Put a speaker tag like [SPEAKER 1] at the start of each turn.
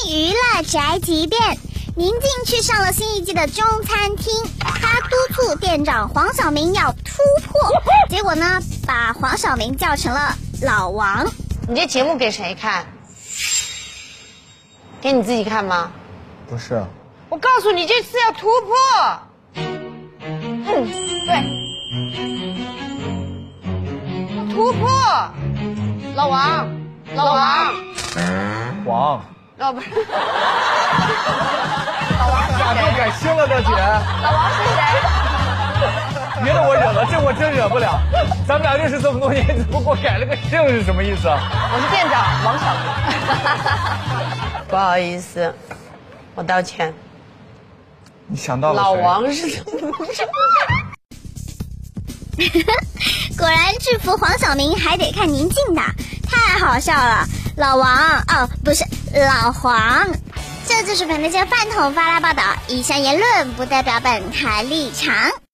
[SPEAKER 1] 娱乐宅急便，宁静去上了新一季的中餐厅，他督促店长黄晓明要突破，结果呢，把黄晓明叫成了老王。
[SPEAKER 2] 你这节目给谁看？给你自己看吗？
[SPEAKER 3] 不是。
[SPEAKER 2] 我告诉你，这次要突破。对，突破。老王，
[SPEAKER 3] 王。
[SPEAKER 2] 哦，不是。
[SPEAKER 3] 老王咋就改姓了呢，姐？
[SPEAKER 2] 老王是谁？
[SPEAKER 3] 别的我忍了，这我真忍不了。咱们俩认识这么多年，你怎么给我改了个姓是什么意思啊？
[SPEAKER 2] 我是店长王小明。不好意思，我道歉。
[SPEAKER 3] 你想到了
[SPEAKER 2] 老王是
[SPEAKER 1] 果然制服黄晓明还得看宁静的，太好笑了。老王哦，不是老黄。这就是本台饭桶发来报道，以上言论不代表本台立场。